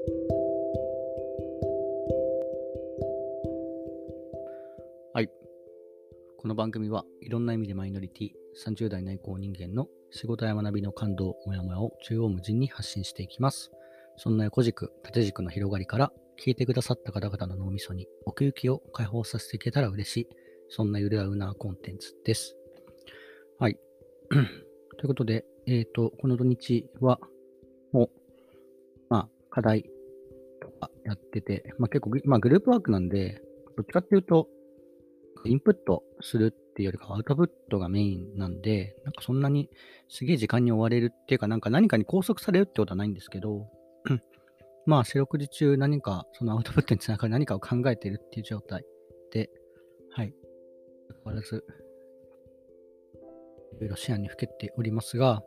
はい。この番組はいろんな意味でマイノリティ、30代内向人間の仕事や学びの感動、モヤモヤを縦横無尽に発信していきます。そんな横軸、縦軸の広がりから聞いてくださった方々の脳みそに奥行きを解放させていけたら嬉しい。そんなゆるやうなコンテンツです。はい。ということで、この土日はもう、課題とかやってて、結構、グループワークなんで、どっちかっていうと、インプットするっていうよりかはアウトプットがメインなんで、そんなにすげえ時間に追われるっていうか、何かに拘束されるってことはないんですけど、四六時中何かそのアウトプットにつながる何かを考えているっていう状態で、はい。変わらず、いろいろ思案にふけておりますが、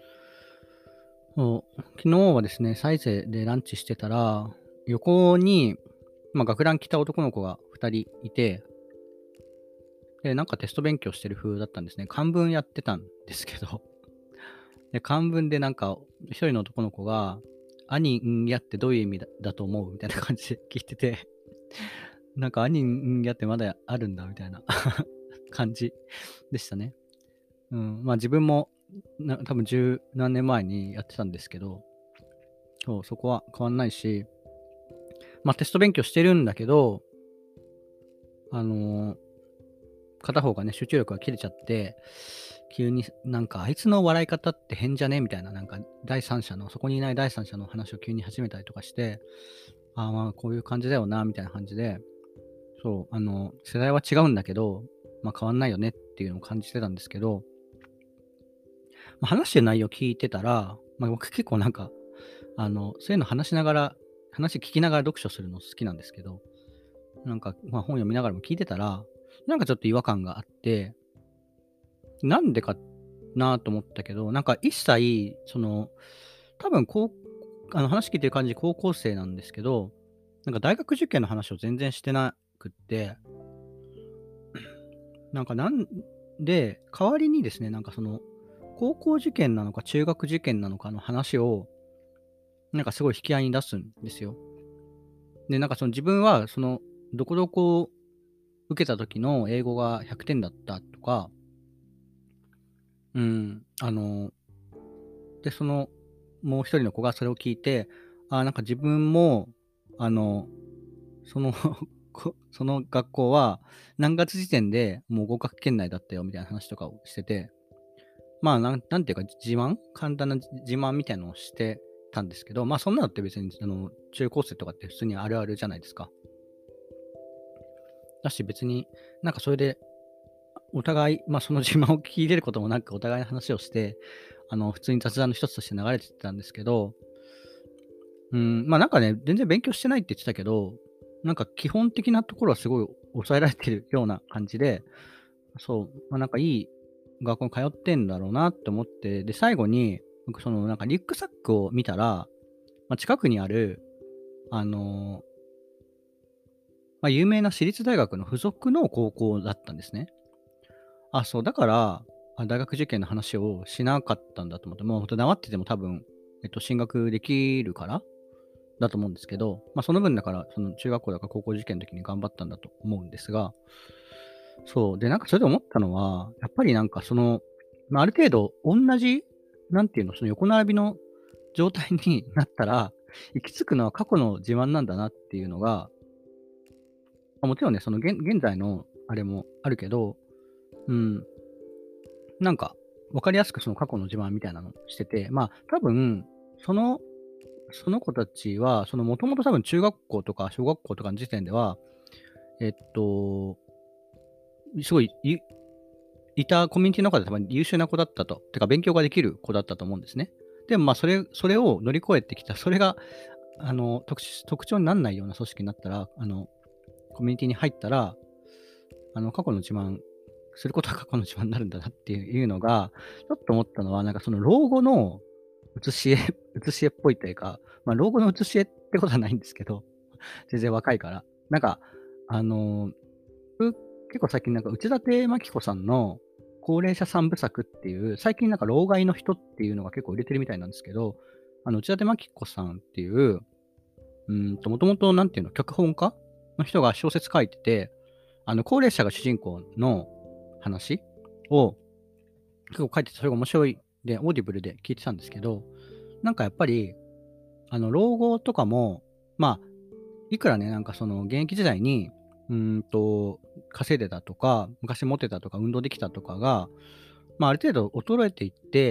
昨日はですね、サイゼでランチしてたら、横に、学ラン着た男の子が2人いて、で、テスト勉強してる風だったんですね。漢文やってたんですけど、で、漢文で一人の男の子が、兄んやってどういう意味だと思うみたいな感じで聞いてて、兄んやってまだあるんだみたいな感じでしたね。自分も多分十何年前にやってたんですけど、そこは変わんないし、テスト勉強してるんだけど、片方がね、集中力が切れちゃって、急にあいつの笑い方って変じゃねみたいな、そこにいない第三者の話を急に始めたりとかして、こういう感じだよな、みたいな感じで、世代は違うんだけど、変わんないよねっていうのを感じてたんですけど、話してる内容聞いてたら、僕結構そういうの話聞きながら読書するの好きなんですけど、本読みながらも聞いてたら、ちょっと違和感があって、なんでかなと思ったけど、一切、多分話聞いてる感じ高校生なんですけど、大学受験の話を全然してなくって、なんで、代わりにですね、高校受験なのか中学受験なのかの話を、すごい引き合いに出すんですよ。で、自分は、どこどこ受けた時の英語が100点だったとか、うん、で、もう一人の子がそれを聞いて、自分も、あの、そのその学校は何月時点でもう合格圏内だったよみたいな話とかをしてて、なんていうか、簡単な自慢みたいなのをしてたんですけど、そんなのって別に、中高生とかって普通にあるあるじゃないですか。だし別に、それで、お互い、その自慢を聞き入れることもなく、お互いの話をして、普通に雑談の一つとして流れてたんですけど、全然勉強してないって言ってたけど、基本的なところはすごい抑えられてるような感じで、そう、いい学校に通ってんだろうなって思って、で、最後に、僕リュックサックを見たら、近くにある、あの、有名な私立大学の付属の高校だったんですね。そう、だから、大学受験の話をしなかったんだと思って、もうほんと黙ってても多分、進学できるからだと思うんですけど、その分だから、その中学校だか高校受験の時に頑張ったんだと思うんですが、そう、で、それで思ったのは、やっぱりある程度おんなじ、その横並びの状態になったら、行き着くのは過去の自慢なんだなっていうのが、もちろんね、現在のあれもあるけど、うん、分かりやすくその過去の自慢みたいなのしてて、多分、そのその子たちは、もともと多分中学校とか小学校とかの時点では、えっと、すごい、いたコミュニティの中で多分優秀な子だったと。てか勉強ができる子だったと思うんですね。でもそれを乗り越えてきた、それが、特徴になんないような組織になったら、コミュニティに入ったら、過去の自慢することは過去の自慢になるんだなっていうのが、ちょっと思ったのは、その老後の写し絵写し絵っぽいというか、老後の写し絵ってことはないんですけど、全然若いから。あの、結構最近内館牧子さんの高齢者三部作っていう、最近老害の人っていうのが結構売れてるみたいなんですけど、内館牧子さんっていう、 もともと、なんていうの、脚本家の人が小説書いてて、高齢者が主人公の話を結構書いてて、それが面白いで、オーディブルで聞いてたんですけど、なんかやっぱり、老後とかも、まあ、いくらね、なんかその現役時代に、稼いでたとか、昔持ってたとか、運動できたとかが、ある程度衰えていって、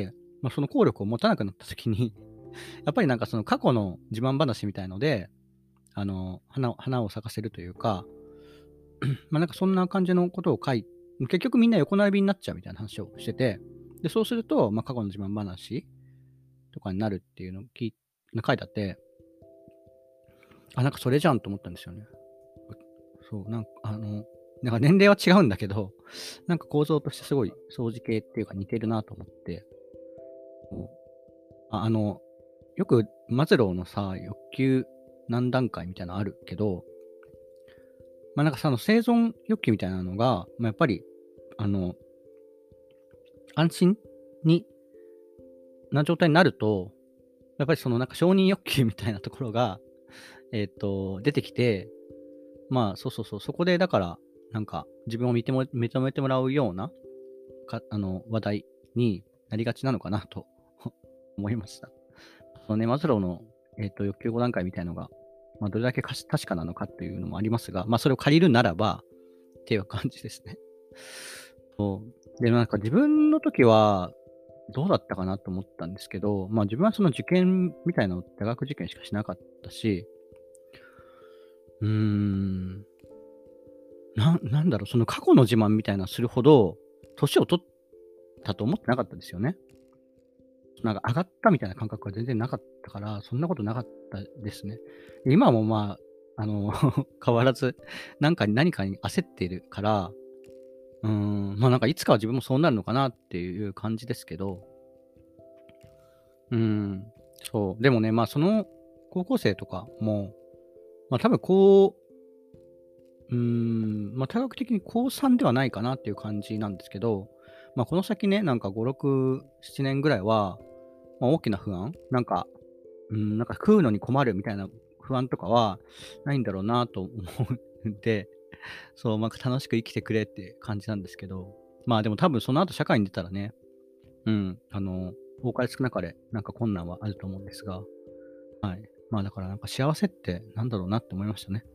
その効力を持たなくなった時に、やっぱりなんかその過去の自慢話みたいので、花を咲かせるというか、なんかそんな感じのことを結局みんな横並びになっちゃうみたいな話をしてて、で、そうすると、過去の自慢話とかになるっていうのを書いてあって、なんかそれじゃんと思ったんですよね。そう、なんか年齢は違うんだけど、なんか構造としてすごい相似系っていうか似てるなと思って、もうよくマズローのさ、欲求何段階みたいなのあるけど、なんか生存欲求みたいなのが、やっぱり、あの、安心にな状態になると、やっぱりそのなんか承認欲求みたいなところが、出てきて、そうそうそう、そこでだから、なんか自分を認めてもらうような、話題になりがちなのかなと思いました。そのね、マズローの、欲求5段階みたいのが、どれだけ確かなのかっていうのもありますが、それを借りるならばっていう感じですね。そう。で、なんか自分の時は、どうだったかなと思ったんですけど、自分はその受験みたいなの大学受験しかしなかったし、うーん、なんだろう、その過去の自慢みたいなのするほど、年を取ったと思ってなかったですよね。なんか上がったみたいな感覚は全然なかったから、そんなことなかったですね。今も変わらず、何かに焦っているから、なんかいつかは自分もそうなるのかなっていう感じですけど、そう。でもね、その高校生とかも、多分多学的に高3ではないかなっていう感じなんですけど、この先ね、なんか5、6、7年ぐらいは、大きな不安なんか食うのに困るみたいな不安とかはないんだろうなと思うんで、そう、楽しく生きてくれって感じなんですけど、でも多分その後社会に出たらね、多かれ少なかれ、なんか困難はあると思うんですが、はい。だからなんか幸せってなんだろうなって思いましたね。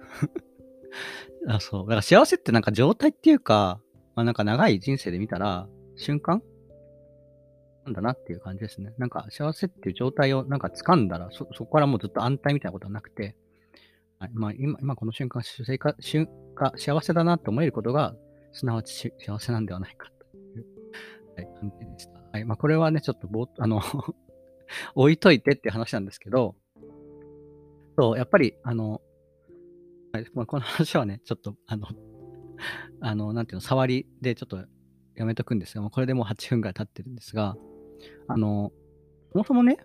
そう。だから幸せってなんか状態っていうか、なんか長い人生で見たら、瞬間なんだなっていう感じですね。なんか幸せっていう状態をなんか掴んだら、そこからもうずっと安泰みたいなことはなくて、はい。今この瞬間、幸せだなって思えることが、すなわち幸せなんではないかという、はい、感じでした。はい。これはね、ちょっと置いといてっていう話なんですけど、そう、やっぱり、はい、この話はね、ちょっと、なんていうの、触りでちょっとやめとくんですが、これでもう8分ぐらい経ってるんですが、あの、そもそもね、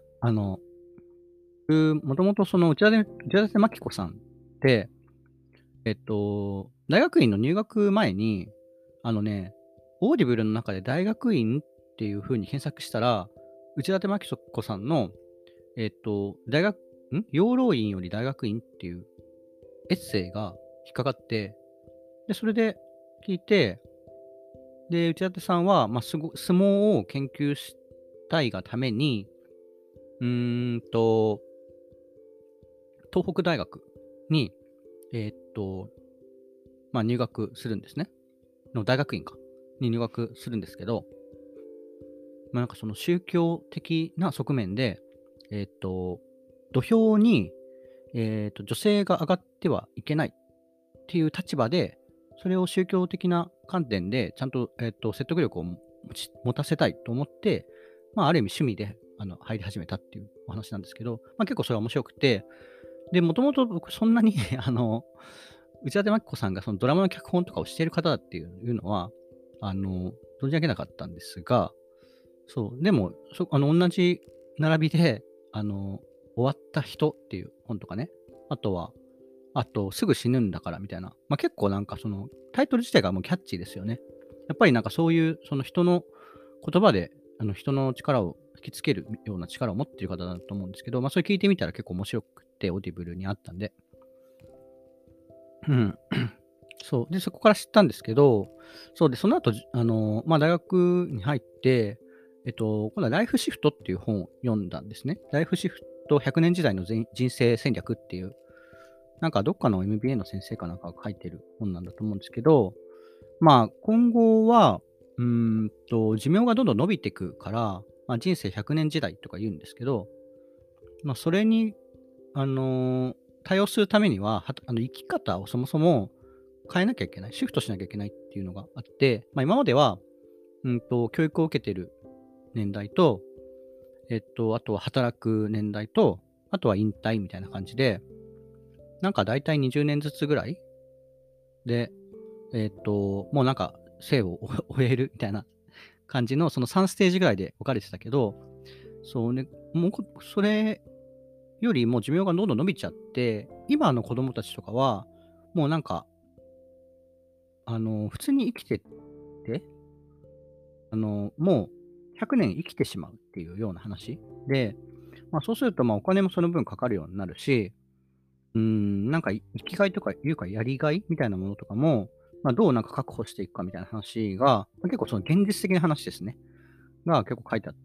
もともとその内田真紀子さんって、大学院の入学前に、オーディブルの中で大学院っていう風に検索したら、内田真紀子さんの、大学養老院より大学院っていうエッセイが引っかかって、で、それで聞いて、で、内館さんは、相撲を研究したいがために、うーんと、東北大学に、えーっと、入学するんですね。大学院か。に入学するんですけど、なんかその宗教的な側面で、土俵に、女性が上がってはいけないっていう立場で、それを宗教的な観点でちゃんと、説得力を持たせたいと思って、ある意味趣味で入り始めたっていうお話なんですけど、結構それは面白くて、で、もともと僕そんなに内館真紀子さんがそのドラマの脚本とかをしている方だっていうのは、存じ上げなかったんですが、そう、でも、同じ並びで、終わった人っていう本とかね、あと、すぐ死ぬんだからみたいな、結構なんかその、タイトル自体がもうキャッチーですよね。やっぱりなんかそういう、その人の言葉で、人の力を引きつけるような力を持っている方だと思うんですけど、それ聞いてみたら結構面白く 、オーディブルにあったんで。うん。そう。で、そこから知ったんですけど、そうで、その後、大学に入って、今度はライフシフトっていう本を読んだんですね。ライフシフト100年時代の人生戦略っていう、なんかどっかの MBA の先生かなんかが書いてる本なんだと思うんですけど、今後は、寿命がどんどん伸びていくから、人生100年時代とか言うんですけど、それに、対応するためには、生き方をそもそも変えなきゃいけない、シフトしなきゃいけないっていうのがあって、今までは、教育を受けてる年代と、あとは働く年代と、あとは引退みたいな感じで、なんか大体20年ずつぐらいで、もうなんか生を終えるみたいな感じの、その3ステージぐらいで分かれてたけど、そうね、それよりも寿命がどんどん伸びちゃって、今の子供たちとかは、もうなんか、普通に生きてって、もう100年生きてしまうっていうような話で、そうすると、お金もその分かかるようになるし、なんか生きがいとかいうかやりがいみたいなものとかも、どうなんか確保していくかみたいな話が、結構その現実的な話ですね。が結構書いてあって、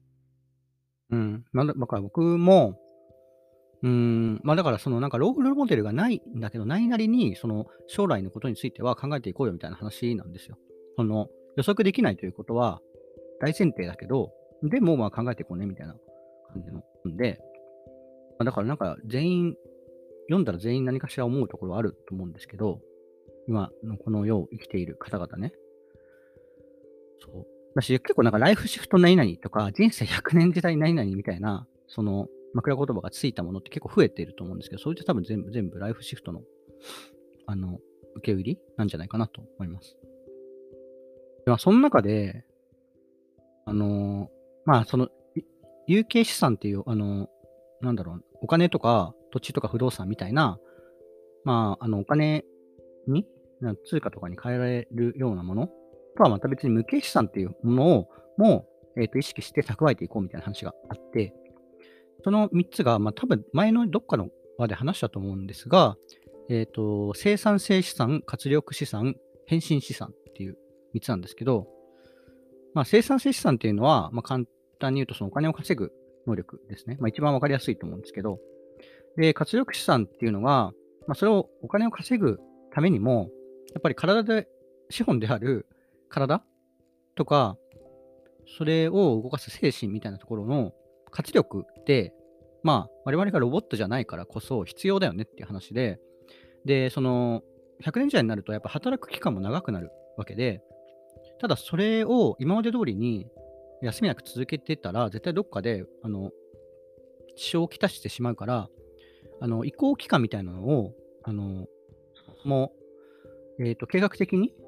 だから僕も、だからそのなんかロールモデルがないんだけど、ないなりに、その将来のことについては考えていこうよみたいな話なんですよ。その予測できないということは大前提だけど、でも考えていこうねみたいな感じのんで、だからなんか読んだら全員何かしら思うところはあると思うんですけど、今のこの世を生きている方々ね。そう。結構なんかライフシフト何々とか、人生100年時代何々みたいな、その枕言葉がついたものって結構増えていると思うんですけど、それって多分全部ライフシフトの、あの、受け売りなんじゃないかなと思います。でその中で、あの、その、有形資産っていう、なんだろう、お金とか土地とか不動産みたいな、お金に、通貨とかに変えられるようなものとはまた別に無形資産っていうものをも意識して蓄えていこうみたいな話があって、その3つが、多分前のどっかの場で話したと思うんですが、生産性資産、活力資産、変身資産っていう3つなんですけど、生産性資産っていうのは、簡単に言うとそのお金を稼ぐ能力ですね。一番わかりやすいと思うんですけど、で、活力資産っていうのが、それをお金を稼ぐためにも、やっぱり資本である体とか、それを動かす精神みたいなところの活力って、我々がロボットじゃないからこそ必要だよねっていう話で、で、その、100年時代になるとやっぱ働く期間も長くなるわけで、ただそれを今まで通りに休みなく続けてたら、絶対どっかで、支障をきたしてしまうから、移行期間みたいなのを、あの、も計画的に、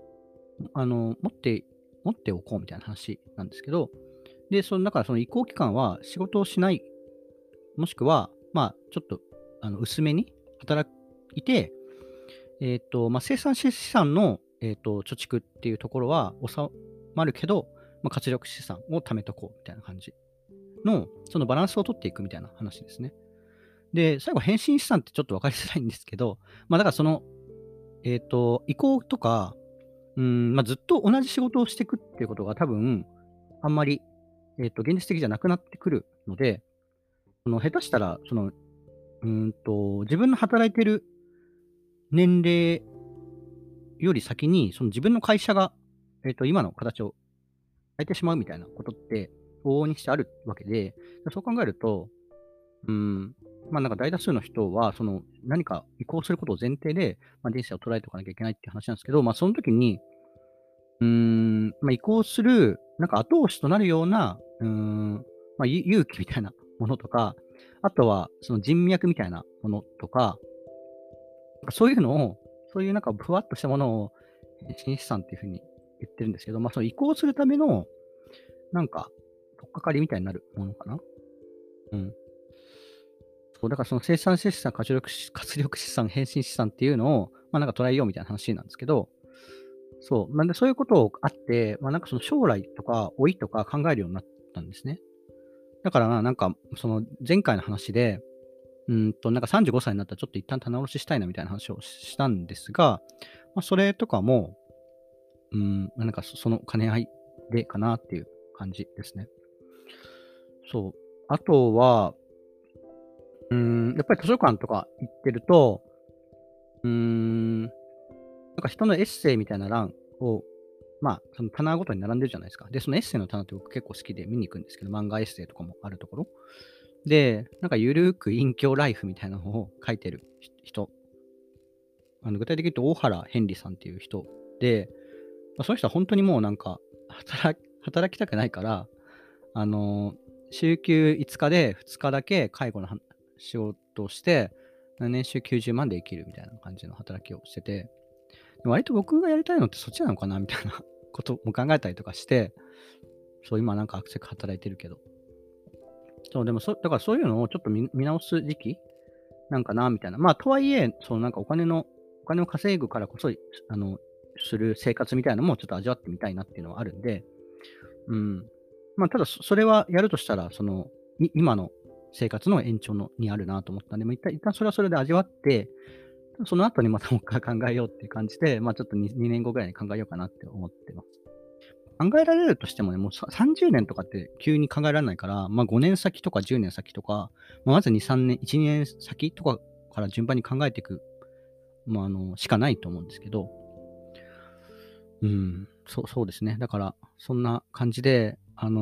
持っておこうみたいな話なんですけど、で、だからその移行期間は仕事をしない、もしくは、ちょっと、薄めに働いて、生産資産の、貯蓄っていうところは収まるけど、活力資産を貯めとこうみたいな感じの、そのバランスを取っていくみたいな話ですね。で、最後、変身資産ってちょっと分かりづらいんですけど、だからその、移行とか、ずっと同じ仕事をしていくっていうことが多分、あんまり、現実的じゃなくなってくるので、下手したら、自分の働いてる年齢より先に、その自分の会社が、今の形を変えてしまうみたいなことって、往々にしてあるわけで、そう考えると、うーん、なんか大多数の人は、その何か移行することを前提で、人生を捉えておかなきゃいけないっていう話なんですけど、その時に、移行する、なんか後押しとなるような、勇気みたいなものとか、あとはその人脈みたいなものとか、そういうのを、そういうなんかふわっとしたものを、新資産っていう風に言ってるんですけど、その移行するための、なんか、取っかかりみたいになるものかな。うん。そう、だからその生産性資産、活力資産、変身資産っていうのを、なんか捉えようみたいな話なんですけど、そう、なんでそういうことあって、なんかその将来とか老いとか考えるようになったんですね。だからなんかその前回の話で、 なんか35歳になったらちょっと一旦棚卸ししたいなみたいな話をしたんですが、それとかも、なんかその兼ね合いでかなっていう感じですね。そう。あとは、やっぱり図書館とか行ってると、なんか人のエッセイみたいな欄を、その棚ごとに並んでるじゃないですか。で、そのエッセイの棚って僕結構好きで見に行くんですけど、漫画エッセイとかもあるところ。で、なんかゆるーく隠居ライフみたいなのを書いてる人、具体的に言うと大原ヘンリさんっていう人で、その人は本当にもうなんか、働きたくないから、あの、週休5日で2日だけ介護の仕事をして、年収90万で生きるみたいな感じの働きをしてて、割と僕がやりたいのってそっちなのかなみたいなことも考えたりとかして、そう、今なんかアクセク働いてるけど。そう、でもだからそういうのをちょっと見直す時期なんかなみたいな。とはいえ、そのなんかお金を稼ぐからこそ、する生活みたいなのもちょっと味わってみたいなっていうのはあるんで、うん。ただそれはやるとしたら、今の生活の延長にあるなと思ったんで、一旦それはそれで味わって、その後にまたもう一回考えようっていう感じで、ちょっと2年後ぐらいに考えようかなって思ってます。考えられるとしてもね、もう30年とかって急に考えられないから、5年先とか10年先とか、まず2、3年、1、2年先とかから順番に考えていく、しかないと思うんですけど、そうですね。だから、そんな感じで、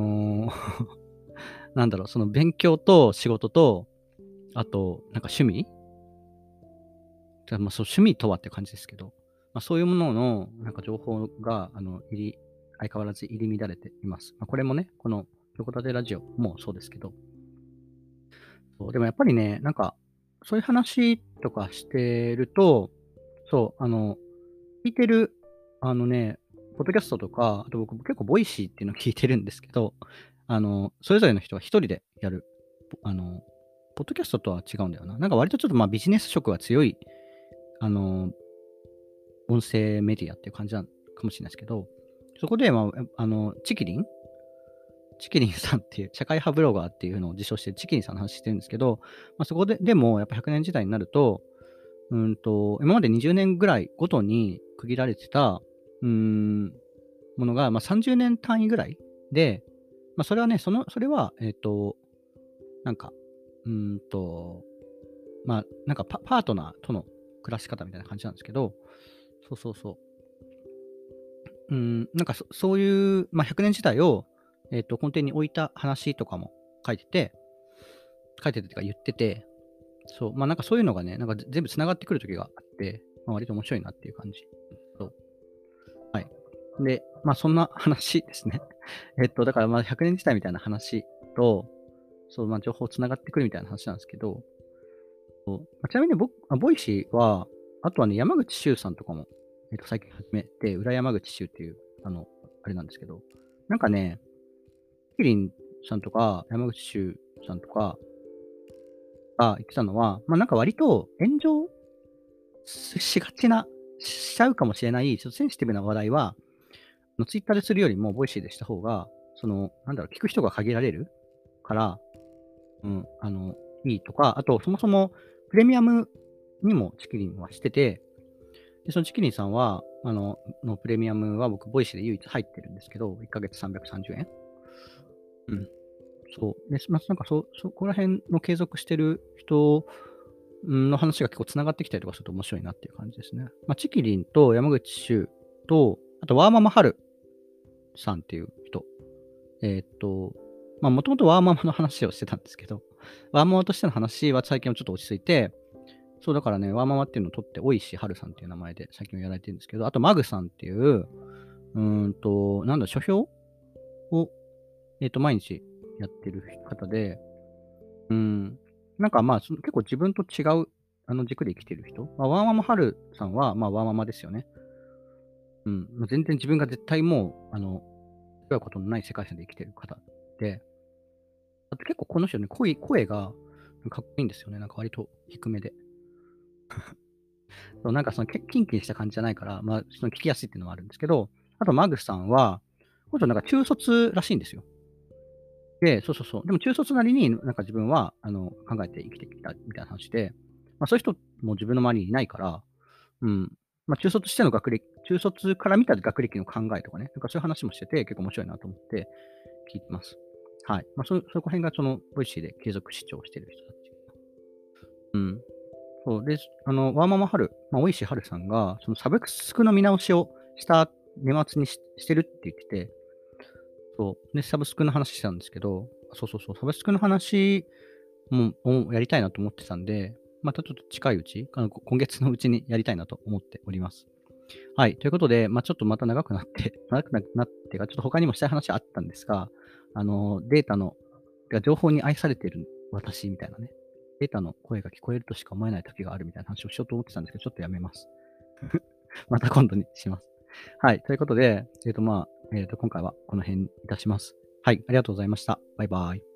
なんだろう、その勉強と仕事と、あと、なんか趣味そう、趣味とはって感じですけど、そういうものの、なんか情報が、相変わらず入り乱れています。これもね、この、横立てラジオもそうですけど、そうでもやっぱりね、なんか、そういう話とかしてると、そう、聞いてる、ポッドキャストとか、あと僕結構ボイシーっていうのを聞いてるんですけど、それぞれの人が一人でやる、ポッドキャストとは違うんだよな。なんか割とちょっとビジネス色が強い、あの、音声メディアっていう感じなのかもしれないですけど、そこで、チキリンさんっていう社会派ブロガーっていうのを自称してるチキリンさんの話してるんですけど、そこでもやっぱ100年時代になると、今まで20年ぐらいごとに区切られてた、ものが、30年単位ぐらいで、それはね、それは、なんか、うーんと、なんかパートナーとの暮らし方みたいな感じなんですけど、そうそうそう。なんかそういう、100年時代を、根底に置いた話とかも書いてて、というか言ってて、そう、なんかそういうのがね、なんか全部繋がってくる時があって、割と面白いなっていう感じ。そう。はい。で、そんな話ですね。だから100年時代みたいな話と、そう、情報繋がってくるみたいな話なんですけど、そうちなみにボイシーは、あとはね、山口周さんとかも、最近始めて、裏山口周っていう、あれなんですけど、なんかね、キリンさんとか、山口周さんとかが言ってたのは、なんか割と炎上しがちな、しちゃうかもしれない、ちょっとセンシティブな話題は、ツイッターでするよりも、ボイシーでした方が、聞く人が限られるから、うん、いいとか、あと、そもそも、プレミアムにもチキリンはしてて、で、そのチキリンさんは、プレミアムは僕、ボイシーで唯一入ってるんですけど、1ヶ月330円。うん。そう。で、なんかそこら辺の継続してる人の話が結構繋がってきたりとかすると面白いなっていう感じですね。チキリンと山口周と、あとワーママハルさんっていう人。もともとワーママの話をしてたんですけど、ワーママとしての話は最近はちょっと落ち着いて、そうだからね、ワーママっていうのを取って、大石春さんっていう名前で最近はやられてるんですけど、あとマグさんっていう、書評を、毎日やってる方で、なんか結構自分と違う、軸で生きてる人。ワーママハルさんは、ワーママですよね。全然自分が絶対もう、違うことのない世界線で生きてる方で、あと結構この人ね、声がかっこいいんですよね。なんか割と低めで。そうなんかキンキンした感じじゃないから、その聞きやすいっていうのもあるんですけど、あとマグさんは、この人なんか中卒らしいんですよ。 で、そうそうそう。でも中卒なりになんか自分は考えて生きてきたみたいな話で、そういう人も自分の周りにいないから、うん。中卒しての学歴、中卒から見た学歴の考えとかね、なんかそういう話もしてて、結構面白いなと思って聞いてます。はい。そこら辺がその、ボイシーで継続視聴してる人たち。うん。そう。で、ワーママハル、大石春さんが、そのサブスクの見直しをした年末にしてるって言ってて、そう。で、サブスクの話したんですけど、そうそうそう、サブスクの話もやりたいなと思ってたんで、またちょっと近いうち、今月のうちにやりたいなと思っております。はい。ということで、ちょっとまた長くなって、長くなってか、ちょっと他にもしたい話あったんですが、データの、情報に愛されている私みたいなね、データの声が聞こえるとしか思えない時があるみたいな話をしようと思ってたんですけど、ちょっとやめます。また今度にします。はい。ということで、今回はこの辺にいたします。はい。ありがとうございました。バイバイ。